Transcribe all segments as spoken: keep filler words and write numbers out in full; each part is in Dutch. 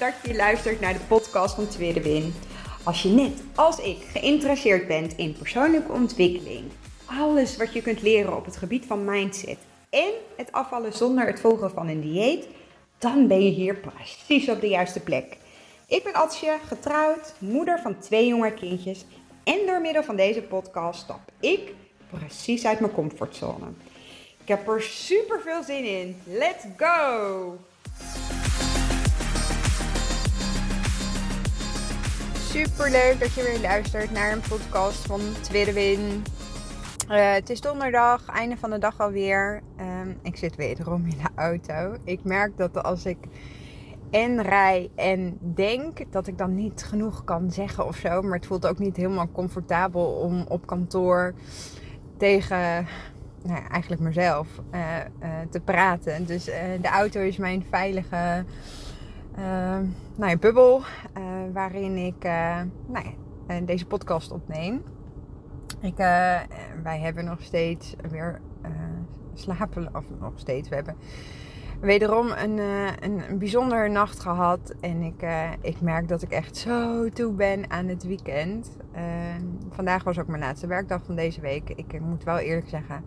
dat je luistert naar de podcast van Tweede Win. Als je net als ik geïnteresseerd bent in persoonlijke ontwikkeling, alles wat je kunt leren op het gebied van mindset en het afvallen zonder het volgen van een dieet, dan ben je hier precies op de juiste plek. Ik ben Atsje, getrouwd, moeder van twee jonge kindjes en door middel van deze podcast stap ik precies uit mijn comfortzone. Ik heb er super veel zin in. Let's go! Super leuk dat je weer luistert naar een podcast van Tweede Win. Uh, het is donderdag, einde van de dag alweer. Um, ik zit wederom in de auto. Ik merk dat als ik en rij en denk, dat ik dan niet genoeg kan zeggen of zo. Maar het voelt ook niet helemaal comfortabel om op kantoor tegen, nou ja, eigenlijk mezelf uh, uh, te praten. Dus uh, de auto is mijn veilige uh, nou ja, bubbel uh, waarin ik uh, nou ja, uh, deze podcast opneem. Ik, uh, wij hebben nog steeds weer uh, slapen, of nog steeds, we hebben wederom een, uh, een, een bijzondere nacht gehad. En ik, uh, ik merk dat ik echt zo toe ben aan het weekend. Uh, vandaag was ook mijn laatste werkdag van deze week. Ik moet wel eerlijk zeggen,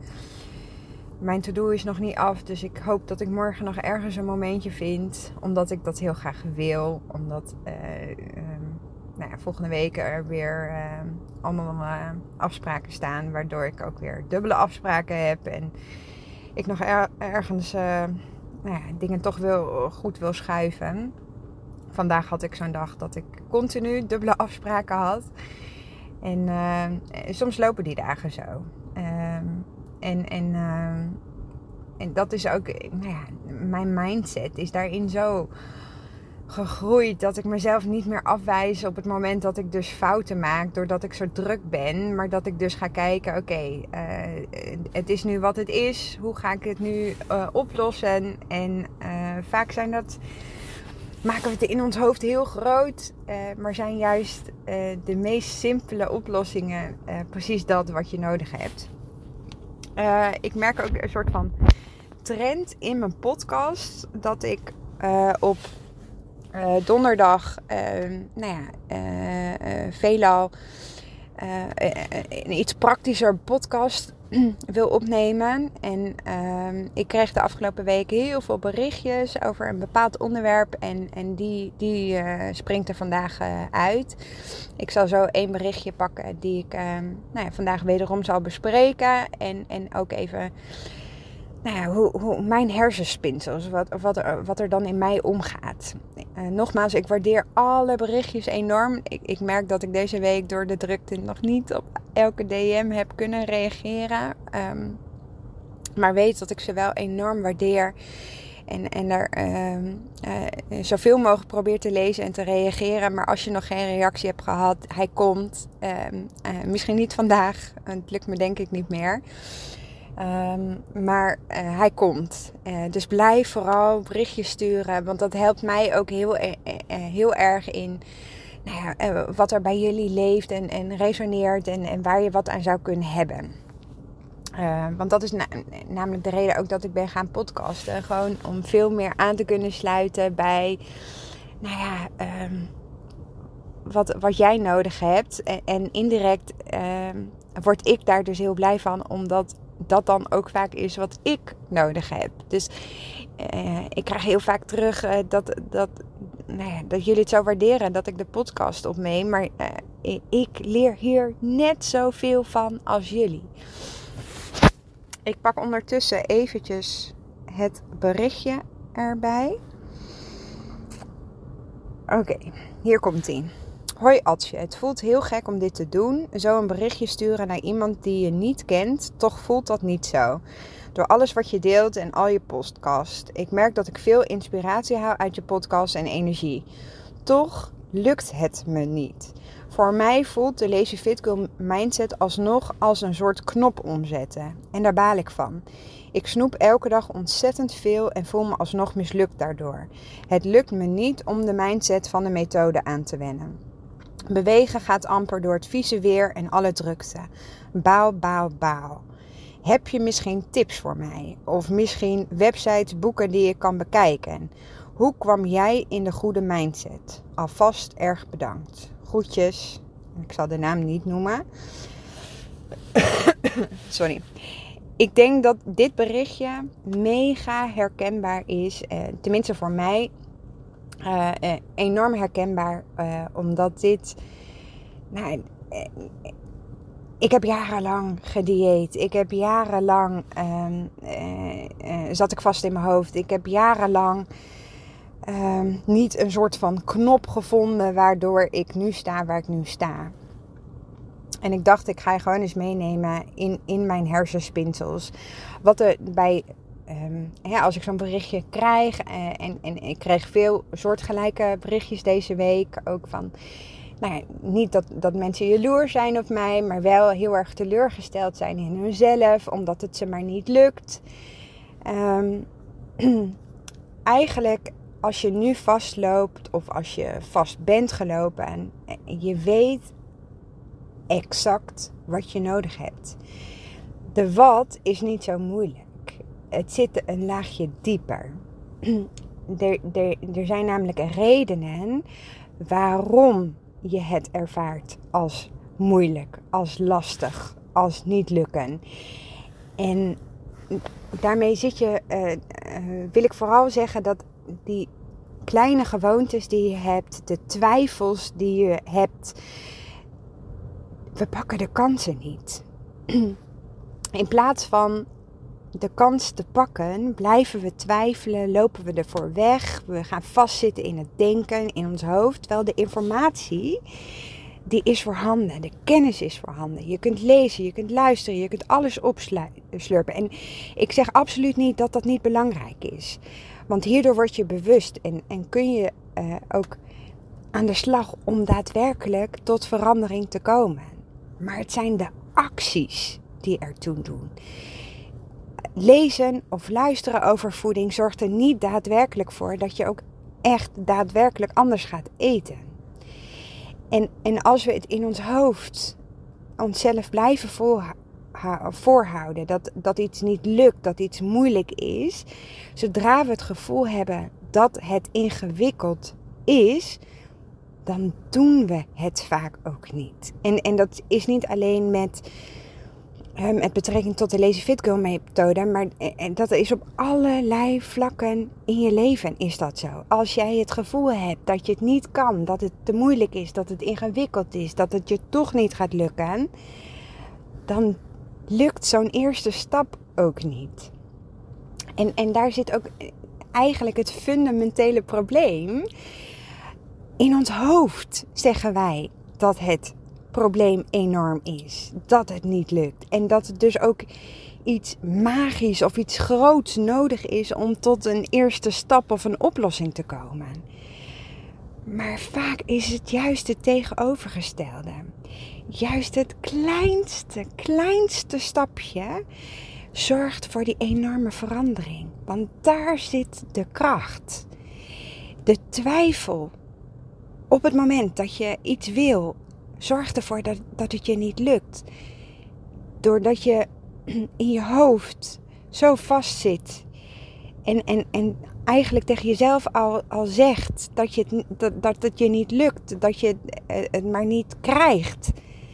mijn to-do is nog niet af. Dus ik hoop dat ik morgen nog ergens een momentje vind. Omdat ik dat heel graag wil. Omdat uh, um, nou ja, volgende week er weer uh, allemaal uh, afspraken staan. Waardoor ik ook weer dubbele afspraken heb. En ik nog er, ergens uh, nou ja, dingen toch wil, goed wil schuiven. Vandaag had ik zo'n dag dat ik continu dubbele afspraken had. En uh, soms lopen die dagen zo. Um, en, en, uh, en dat is ook, nou ja, mijn mindset is daarin zo gegroeid dat ik mezelf niet meer afwijs op het moment dat ik dus fouten maak doordat ik zo druk ben, maar dat ik dus ga kijken, oké, okay, uh, het is nu wat het is, hoe ga ik het nu uh, oplossen? En uh, vaak zijn dat, maken we het in ons hoofd heel groot, uh, maar zijn juist uh, de meest simpele oplossingen uh, precies dat wat je nodig hebt. Uh, ik merk ook een soort van trend in mijn podcast dat ik uh, op Uh, donderdag, uh, nou ja, uh, uh, veelal uh, uh, een iets praktischer podcast wil opnemen. En uh, ik kreeg de afgelopen weken heel veel berichtjes over een bepaald onderwerp. En, en die, die uh, springt er vandaag uh, uit. Ik zal zo één berichtje pakken die ik uh, nou ja, vandaag wederom zal bespreken. En, en ook even, nou ja, hoe, hoe mijn hersenspinsels, wat, wat, er, wat er dan in mij omgaat. Uh, nogmaals, ik waardeer alle berichtjes enorm. Ik, ik merk dat ik deze week door de drukte nog niet op elke D M heb kunnen reageren. Um, maar weet dat ik ze wel enorm waardeer. En, en er uh, uh, zoveel mogelijk probeer te lezen en te reageren. Maar als je nog geen reactie hebt gehad, hij komt. Uh, uh, misschien niet vandaag. Het lukt me denk ik niet meer. Um, maar uh, hij komt. Uh, dus blijf vooral berichtjes sturen. Want dat helpt mij ook heel, uh, uh, heel erg in nou ja, uh, wat er bij jullie leeft en, en resoneert. En, en waar je wat aan zou kunnen hebben. Uh, want dat is na- namelijk de reden ook dat ik ben gaan podcasten. Gewoon om veel meer aan te kunnen sluiten bij nou ja, um, wat, wat jij nodig hebt. En, en indirect um, word ik daar dus heel blij van. Omdat dat dan ook vaak is wat ik nodig heb. Dus uh, ik krijg heel vaak terug uh, dat, dat, nou ja, dat jullie het zo waarderen dat ik de podcast opneem. Maar uh, ik leer hier net zoveel van als jullie. Ik pak ondertussen eventjes het berichtje erbij. Oké, okay, hier komt ie. Hoi Atsje, het voelt heel gek om dit te doen. Zo een berichtje sturen naar iemand die je niet kent. Toch voelt dat niet zo. Door alles wat je deelt en al je podcast. Ik merk dat ik veel inspiratie haal uit je podcast en energie. Toch lukt het me niet. Voor mij voelt de Lazy Fit Girl mindset alsnog als een soort knop omzetten. En daar baal ik van. Ik snoep elke dag ontzettend veel en voel me alsnog mislukt daardoor. Het lukt me niet om de mindset van de methode aan te wennen. Bewegen gaat amper door het vieze weer en alle drukte. Baal, baal, baal. Heb je misschien tips voor mij? Of misschien websites, boeken die ik kan bekijken? Hoe kwam jij in de goede mindset? Alvast erg bedankt. Groetjes. Ik zal de naam niet noemen. Sorry. Ik denk dat dit berichtje mega herkenbaar is. Eh, tenminste voor mij. Uh, uh, enorm herkenbaar. Uh, omdat dit... Nou, uh, ik heb jarenlang gedieet. Ik heb jarenlang... Uh, uh, uh, zat ik vast in mijn hoofd. Ik heb jarenlang... Uh, niet een soort van knop gevonden waardoor ik nu sta waar ik nu sta. En ik dacht, ik ga je gewoon eens meenemen in, in mijn hersenspinsels. Wat er bij, um, ja, als ik zo'n berichtje krijg, uh, en, en ik kreeg veel soortgelijke berichtjes deze week. Ook van, nou ja, niet dat, dat mensen jaloers zijn op mij, maar wel heel erg teleurgesteld zijn in hunzelf, omdat het ze maar niet lukt. Um, eigenlijk... Als je nu vastloopt of als je vast bent gelopen en je weet exact wat je nodig hebt. De wat is niet zo moeilijk. Het zit een laagje dieper. Er, er, er zijn namelijk redenen waarom je het ervaart als moeilijk, als lastig, als niet lukken. En daarmee zit je, uh, uh, wil ik vooral zeggen dat die kleine gewoontes die je hebt, de twijfels die je hebt, we pakken de kansen niet. In plaats van de kans te pakken, blijven we twijfelen, lopen we ervoor weg. We gaan vastzitten in het denken, in ons hoofd. Terwijl de informatie, die is voorhanden. De kennis is voorhanden. Je kunt lezen, je kunt luisteren, je kunt alles opslurpen. En ik zeg absoluut niet dat dat niet belangrijk is. Want hierdoor word je bewust en, en kun je uh, ook aan de slag om daadwerkelijk tot verandering te komen. Maar het zijn de acties die ertoe doen. Lezen of luisteren over voeding zorgt er niet daadwerkelijk voor dat je ook echt daadwerkelijk anders gaat eten. En, en als we het in ons hoofd onszelf blijven volhouden, voorhouden, dat, dat iets niet lukt, dat iets moeilijk is, zodra we het gevoel hebben dat het ingewikkeld is, dan doen we het vaak ook niet. En, en dat is niet alleen met, um, met betrekking tot de Lazy Fit Girl methode, maar en dat is op allerlei vlakken in je leven is dat zo. Als jij het gevoel hebt dat je het niet kan, dat het te moeilijk is, dat het ingewikkeld is, dat het je toch niet gaat lukken, dan lukt zo'n eerste stap ook niet. En, en daar zit ook eigenlijk het fundamentele probleem. In ons hoofd zeggen wij dat het probleem enorm is. Dat het niet lukt. En dat het dus ook iets magisch of iets groots nodig is om tot een eerste stap of een oplossing te komen. Maar vaak is het juist het tegenovergestelde. Juist het kleinste, kleinste stapje zorgt voor die enorme verandering. Want daar zit de kracht. De twijfel op het moment dat je iets wil, zorgt ervoor dat, dat het je niet lukt. Doordat je in je hoofd zo vast zit en, en, en eigenlijk tegen jezelf al, al zegt dat, je het, dat, dat het je niet lukt, dat je het maar niet krijgt.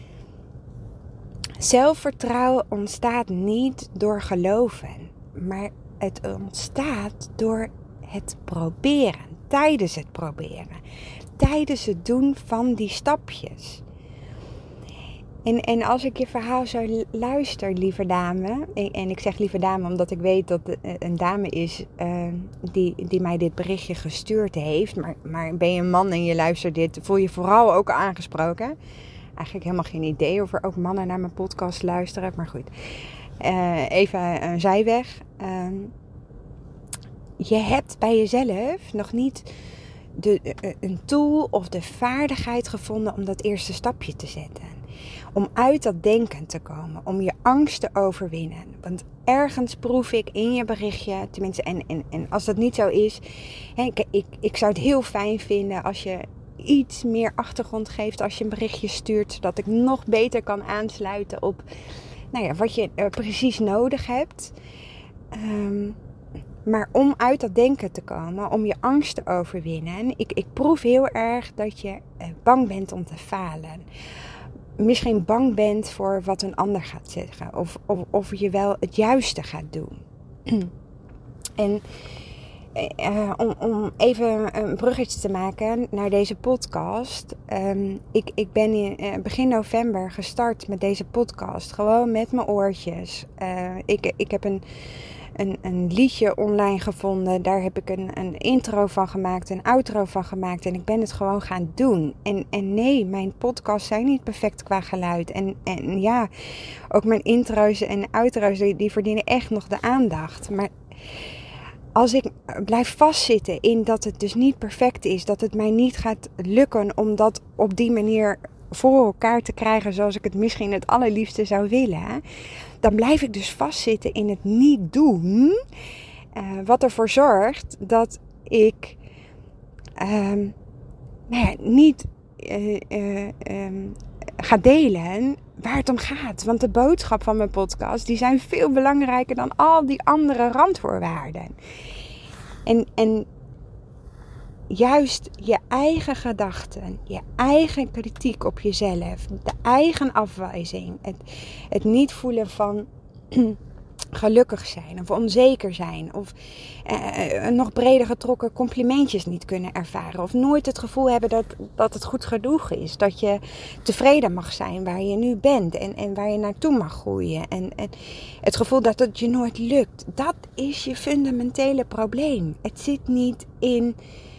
Zelfvertrouwen ontstaat niet door geloven, maar het ontstaat door het proberen, tijdens het proberen, tijdens het doen van die stapjes. En, en als ik je verhaal zo luister, lieve dame, en ik zeg lieve dame omdat ik weet dat het een dame is uh, die, die mij dit berichtje gestuurd heeft, maar, maar ben je een man en je luistert dit, voel je vooral ook aangesproken. Eigenlijk helemaal geen idee of er ook mannen naar mijn podcast luisteren, maar goed. Uh, even een zijweg. Uh, je hebt bij jezelf nog niet de, uh, een tool of de vaardigheid gevonden om dat eerste stapje te zetten. Om uit dat denken te komen, om je angst te overwinnen. Want ergens proef ik in je berichtje, tenminste, en, en, en als dat niet zo is, hè, ik, ik, ik zou het heel fijn vinden als je iets meer achtergrond geeft als je een berichtje stuurt, zodat ik nog beter kan aansluiten op nou ja, wat je uh, precies nodig hebt. Um, Maar om uit dat denken te komen, om je angst te overwinnen. Ik, ik proef heel erg dat je bang bent om te falen. Misschien bang bent voor wat een ander gaat zeggen. Of, of, of je wel het juiste gaat doen. En uh, om, om even een bruggetje te maken naar deze podcast. Um, ik, ik ben in uh, begin november gestart met deze podcast. Gewoon met mijn oortjes. Uh, ik, ik heb een... Een, een liedje online gevonden. Daar heb ik een, een intro van gemaakt. Een outro van gemaakt. En ik ben het gewoon gaan doen. En, en nee, mijn podcasts zijn niet perfect qua geluid. En, en ja, ook mijn intro's en outro's, die, die verdienen echt nog de aandacht. Maar als ik blijf vastzitten in dat het dus niet perfect is. Dat het mij niet gaat lukken om dat op die manier voor elkaar te krijgen zoals ik het misschien het allerliefste zou willen. Dan blijf ik dus vastzitten in het niet doen. Uh, wat ervoor zorgt dat ik um, nou ja, niet uh, uh, um, ga delen waar het om gaat. Want de boodschap van mijn podcast, die zijn veel belangrijker dan al die andere randvoorwaarden. En, en juist je eigen gedachten, je eigen kritiek op jezelf, de eigen afwijzing, het, het niet voelen van gelukkig zijn of onzeker zijn of eh, nog breder getrokken complimentjes niet kunnen ervaren of nooit het gevoel hebben dat, dat het goed genoeg is, dat je tevreden mag zijn waar je nu bent en, en waar je naartoe mag groeien en, en het gevoel dat het je nooit lukt, dat is je fundamentele probleem. Het zit niet in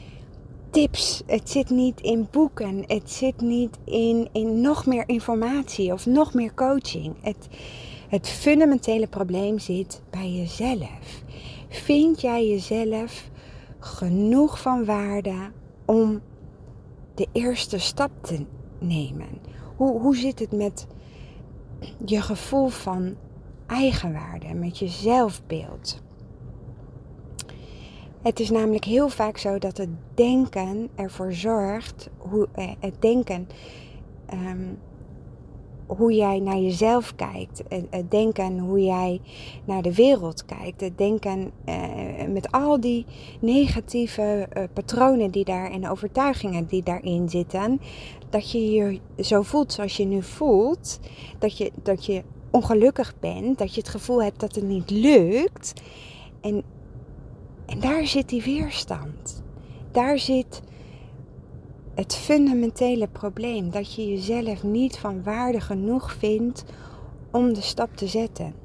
tips, het zit niet in boeken, het zit niet in, in nog meer informatie of nog meer coaching. Het, het fundamentele probleem zit bij jezelf. Vind jij jezelf genoeg van waarde om de eerste stap te nemen? Hoe, hoe zit het met je gevoel van eigenwaarde, met je zelfbeeld? Het is namelijk heel vaak zo dat het denken ervoor zorgt, hoe, eh, het denken, um, hoe jij naar jezelf kijkt, het, het denken hoe jij naar de wereld kijkt, het denken uh, met al die negatieve uh, patronen die daar en overtuigingen die daarin zitten, dat je je zo voelt zoals je nu voelt, dat je, dat je ongelukkig bent, dat je het gevoel hebt dat het niet lukt en En daar zit die weerstand. Daar zit het fundamentele probleem. Dat je jezelf niet van waarde genoeg vindt om de stap te zetten.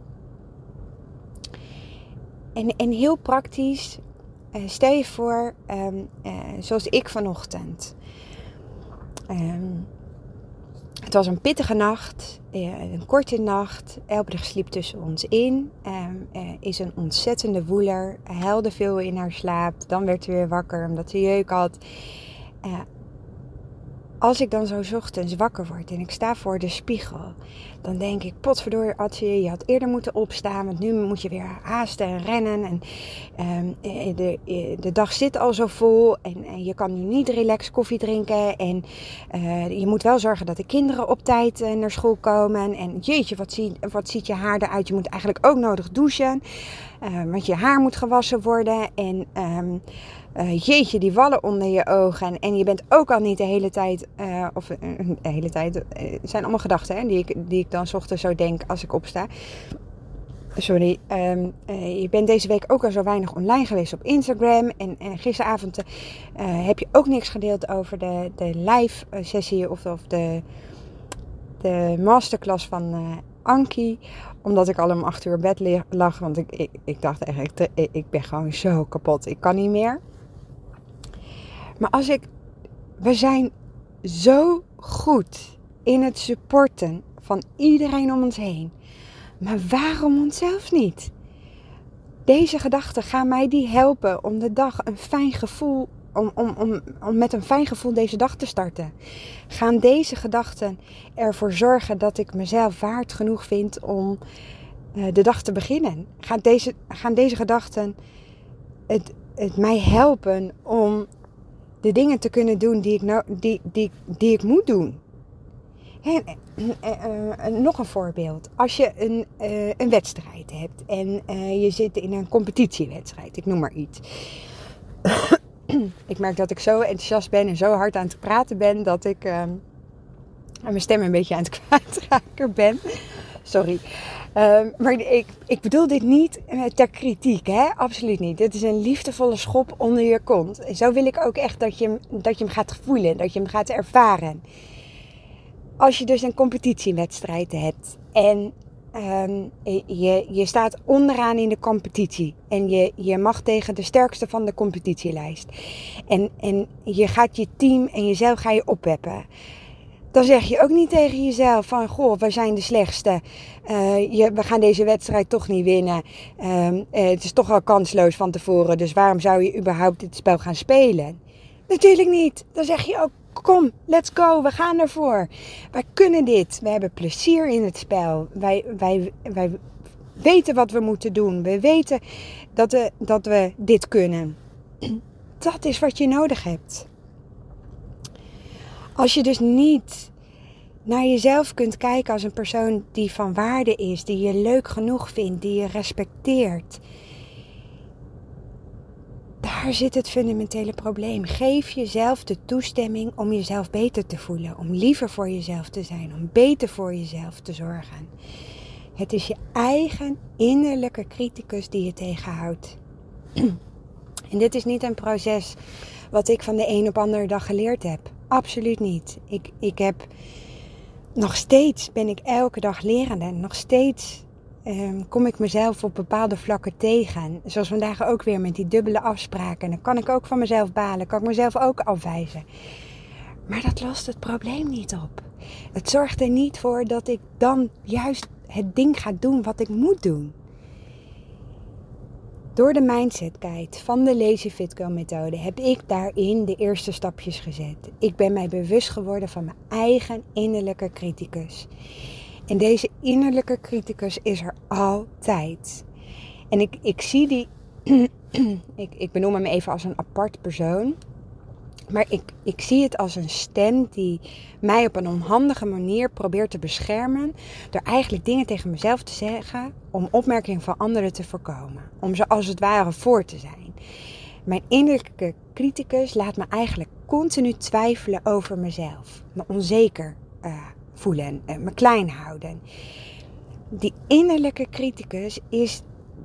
En, en heel praktisch, uh, stel je voor, um, uh, zoals ik vanochtend. Um, Het was een pittige nacht, een korte nacht. Elbrich sliep tussen ons in. Um, uh, is een ontzettende woeler. Huilde veel in haar slaap. Dan werd ze weer wakker omdat ze jeuk had. Uh, als ik dan zo 's ochtends wakker word en ik sta voor de spiegel, dan denk ik, potverdorie Adje, je had eerder moeten opstaan, want nu moet je weer haasten en rennen. En um, de, de dag zit al zo vol en, en je kan nu niet relaxed koffie drinken. En uh, je moet wel zorgen dat de kinderen op tijd uh, naar school komen. En jeetje, wat, zie, wat ziet je haar eruit? Je moet eigenlijk ook nodig douchen, uh, want je haar moet gewassen worden. En Um, Uh, jeetje, die wallen onder je ogen. En je bent ook al niet de hele tijd, uh, of uh, de hele tijd, uh, het zijn allemaal gedachten hè, die, ik, die ik dan 's ochtends zo denk als ik opsta. Sorry, um, uh, je bent deze week ook al zo weinig online geweest op Instagram. En, en gisteravond uh, heb je ook niks gedeeld over de, de live sessie of, of de, de masterclass van uh, Ankie. Omdat ik al om acht uur bed lag. Want ik, ik, ik dacht eigenlijk, ik, ik ben gewoon zo kapot. Ik kan niet meer. Maar als ik, we zijn zo goed in het supporten van iedereen om ons heen. Maar waarom onszelf niet? Deze gedachten gaan mij die helpen om de dag een fijn gevoel, om, om, om, om met een fijn gevoel deze dag te starten. Gaan deze gedachten ervoor zorgen dat ik mezelf waard genoeg vind om uh, de dag te beginnen? Gaan deze, gaan deze gedachten het, het mij helpen om de dingen te kunnen doen die ik, nou, die, die, die ik moet doen? En uh, uh, nog een voorbeeld. Als je een, uh, een wedstrijd hebt en uh, je zit in een competitiewedstrijd, ik noem maar iets. Ik merk dat ik zo enthousiast ben en zo hard aan het praten ben dat ik uh, mijn stem een beetje aan het kwijtraken ben. Sorry. Uh, maar ik, ik bedoel dit niet uh, ter kritiek, hè? Absoluut niet. Dit is een liefdevolle schop onder je kont. En zo wil ik ook echt dat je, dat je hem gaat voelen, dat je hem gaat ervaren. Als je dus een competitiewedstrijd hebt en um, je, je staat onderaan in de competitie en je, je mag tegen de sterkste van de competitielijst en, en je gaat je team en jezelf ga je oppeppen. Dan zeg je ook niet tegen jezelf van, goh, wij zijn de slechtste. Uh, je, we gaan deze wedstrijd toch niet winnen. Uh, uh, het is toch al kansloos van tevoren, dus waarom zou je überhaupt dit spel gaan spelen? Natuurlijk niet. Dan zeg je ook, kom, let's go, we gaan ervoor. Wij kunnen dit. We hebben plezier in het spel. Wij, wij, wij weten wat we moeten doen. We weten dat we, dat we dit kunnen. Dat is wat je nodig hebt. Als je dus niet naar jezelf kunt kijken als een persoon die van waarde is, die je leuk genoeg vindt, die je respecteert. Daar zit het fundamentele probleem. Geef jezelf de toestemming om jezelf beter te voelen, om liever voor jezelf te zijn, om beter voor jezelf te zorgen. Het is je eigen innerlijke criticus die je tegenhoudt. En dit is niet een proces wat ik van de een op andere dag geleerd heb. Absoluut niet. Ik, ik heb nog steeds ben ik elke dag lerende. Nog steeds um, kom ik mezelf op bepaalde vlakken tegen. Zoals vandaag ook weer met die dubbele afspraken. Dan kan ik ook van mezelf balen. Kan ik mezelf ook afwijzen. Maar dat lost het probleem niet op. Het zorgt er niet voor dat ik dan juist het ding ga doen wat ik moet doen. Door de Mindset Guide van de Lazy Fit Girl methode heb ik daarin de eerste stapjes gezet. Ik ben mij bewust geworden van mijn eigen innerlijke criticus. En deze innerlijke criticus is er altijd. En ik, ik zie die, ik, ik benoem hem even als een apart persoon. Maar ik, ik zie het als een stem die mij op een onhandige manier probeert te beschermen. Door eigenlijk dingen tegen mezelf te zeggen om opmerkingen van anderen te voorkomen. Om ze als het ware voor te zijn. Mijn innerlijke criticus laat me eigenlijk continu twijfelen over mezelf. Me onzeker uh, voelen, uh, me klein houden. Die innerlijke criticus is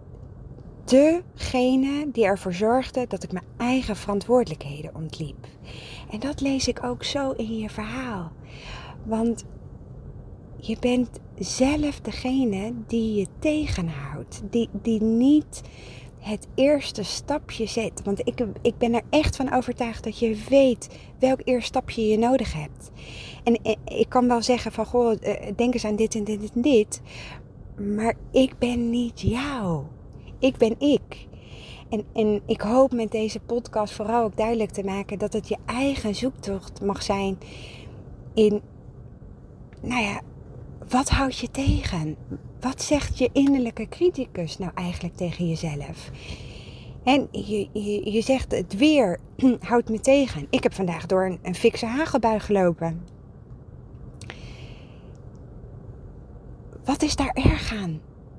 degene die ervoor zorgde dat ik mijn eigen verantwoordelijkheden ontliep. En dat lees ik ook zo in je verhaal. Want je bent zelf degene die je tegenhoudt. Die, die niet het eerste stapje zet. Want ik, ik ben er echt van overtuigd dat je weet welk eerste stapje je nodig hebt. En ik kan wel zeggen van, goh, denk eens aan dit en dit en dit. Maar ik ben niet jou. Ik ben ik. En, en ik hoop met deze podcast vooral ook duidelijk te maken dat het je eigen zoektocht mag zijn in, nou ja, wat houdt je tegen? Wat zegt je innerlijke criticus nou eigenlijk tegen jezelf? En je, je, je zegt het weer houdt me tegen. Ik heb vandaag door een, een fikse hagelbui gelopen. Wat is daar erg aan?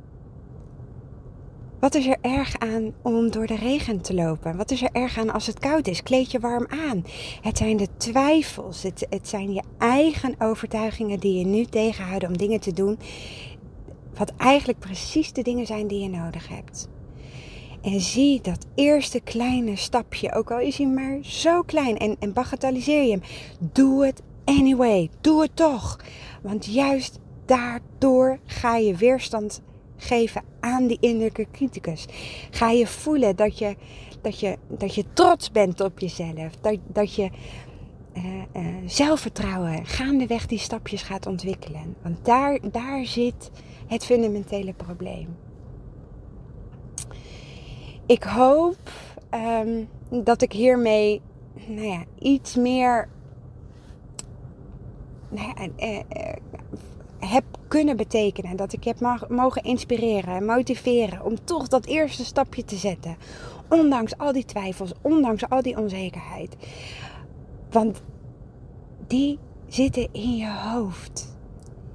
Wat is er erg aan om door de regen te lopen? Wat is er erg aan als het koud is? Kleed je warm aan. Het zijn de twijfels. Het, het zijn je eigen overtuigingen die je nu tegenhouden om dingen te doen. Wat eigenlijk precies de dingen zijn die je nodig hebt. En zie dat eerste kleine stapje, ook al is hij maar zo klein en, en bagatelliseer je hem. Doe het anyway. Doe het toch. Want juist daardoor ga je weerstand geven aan die innerlijke criticus. Ga je voelen dat je, dat je, dat je trots bent op jezelf. Dat, dat je uh, uh, zelfvertrouwen gaandeweg die stapjes gaat ontwikkelen. Want daar, daar zit het fundamentele probleem. Ik hoop um, dat ik hiermee nou ja, iets meer nou ja, uh, uh, heb kunnen betekenen. Dat ik je heb mogen inspireren en motiveren om toch dat eerste stapje te zetten. Ondanks al die twijfels, ondanks al die onzekerheid. Want die zitten in je hoofd.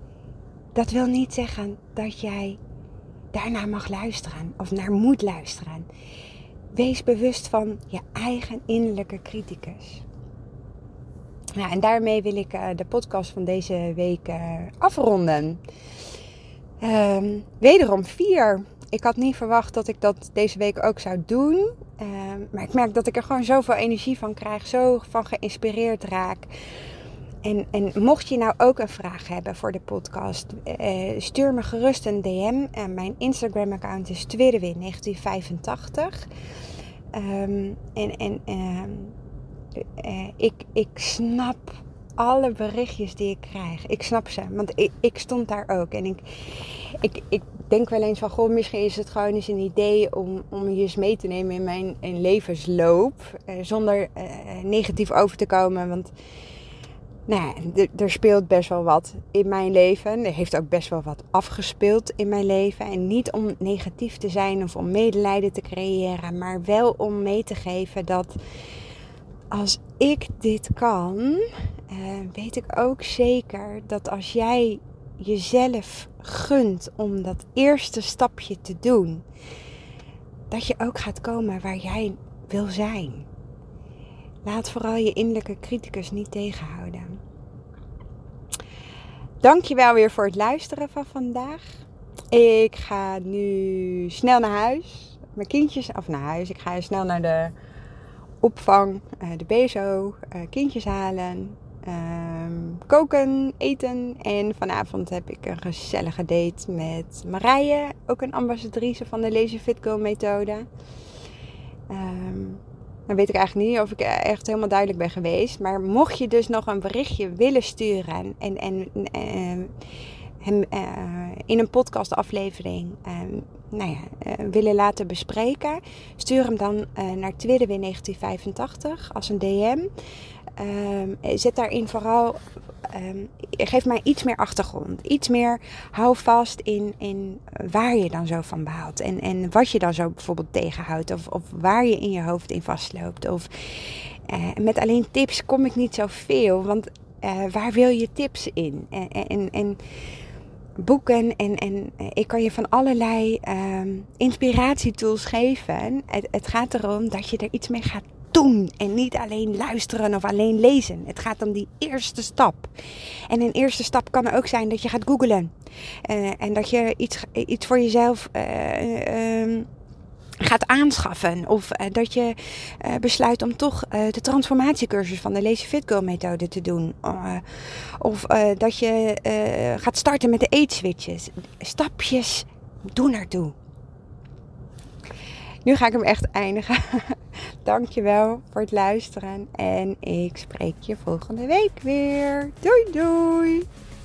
dat wil niet zeggen dat jij daarnaar mag luisteren of naar moet luisteren. Wees bewust van je eigen innerlijke criticus. Nou, en daarmee wil ik uh, de podcast van deze week uh, afronden. Um, wederom vier. Ik had niet verwacht dat ik dat deze week ook zou doen. Um, maar ik merk dat ik er gewoon zoveel energie van krijg. Zo van geïnspireerd raak. En, en mocht je nou ook een vraag hebben voor de podcast. Uh, stuur me gerust een D M. Uh, mijn Instagram account is tweedewin negentien vijfentachtig. Um, en en uh, uh, ik, ik snap alle berichtjes die ik krijg. Ik snap ze. Want ik, ik stond daar ook. En ik, ik, ik denk wel eens van, goh, misschien is het gewoon eens een idee om, om je eens mee te nemen in mijn in levensloop. Uh, zonder uh, negatief over te komen. Want nou ja, d- er speelt best wel wat in mijn leven. Er heeft ook best wel wat afgespeeld in mijn leven. En niet om negatief te zijn of om medelijden te creëren. Maar wel om mee te geven dat als ik dit kan, uh, weet ik ook zeker dat als jij jezelf gunt om dat eerste stapje te doen, dat je ook gaat komen waar jij wil zijn. Laat vooral je innerlijke criticus niet tegenhouden. Dankjewel weer voor het luisteren van vandaag. Ik ga nu snel naar huis. Mijn kindjes, of naar huis. Ik ga snel naar de opvang, de B S O, kindjes halen, koken, eten. En vanavond heb ik een gezellige date met Marije. Ook een ambassadrice van de Lazy Fit Girl methode. Um, Dan weet ik eigenlijk niet of ik echt helemaal duidelijk ben geweest. Maar mocht je dus nog een berichtje willen sturen en, en uh, hem uh, in een podcastaflevering uh, nou ja, uh, willen laten bespreken, stuur hem dan uh, naar tweedewin negentien vijfentachtig als een D M. Uh, zet daarin vooral, uh, geef mij iets meer achtergrond. Iets meer, hou vast in, in waar je dan zo van baalt. En, en wat je dan zo bijvoorbeeld tegenhoudt. Of, of waar je in je hoofd in vastloopt. Of uh, met alleen tips kom ik niet zoveel. Want uh, waar wil je tips in? En, en, en boeken en, en ik kan je van allerlei uh, inspiratietools geven. Het, het gaat erom dat je er iets mee gaat doen en niet alleen luisteren of alleen lezen. Het gaat om die eerste stap. En een eerste stap kan ook zijn dat je gaat googlen. Uh, en dat je iets, iets voor jezelf uh, uh, gaat aanschaffen. Of uh, dat je uh, besluit om toch uh, de transformatiecursus van de Lazy Fit Girl methode te doen. Uh, of uh, dat je uh, gaat starten met de eat switches. Stapjes, doe naartoe. Nu ga ik hem echt eindigen. Dankjewel voor het luisteren. En ik spreek je volgende week weer. Doei doei.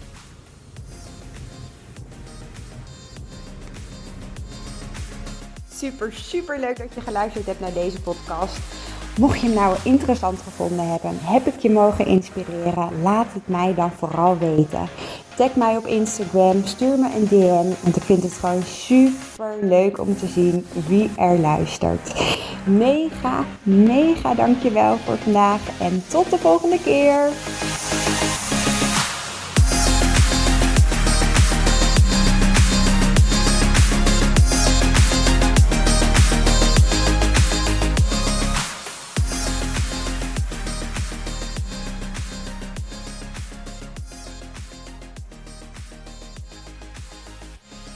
Super, super leuk dat je geluisterd hebt naar deze podcast. Mocht je hem nou interessant gevonden hebben, heb ik je mogen inspireren, laat het mij dan vooral weten. Tag mij op Instagram, stuur me een D M, want ik vind het gewoon super leuk om te zien wie er luistert. Mega, mega dankjewel voor vandaag en tot de volgende keer.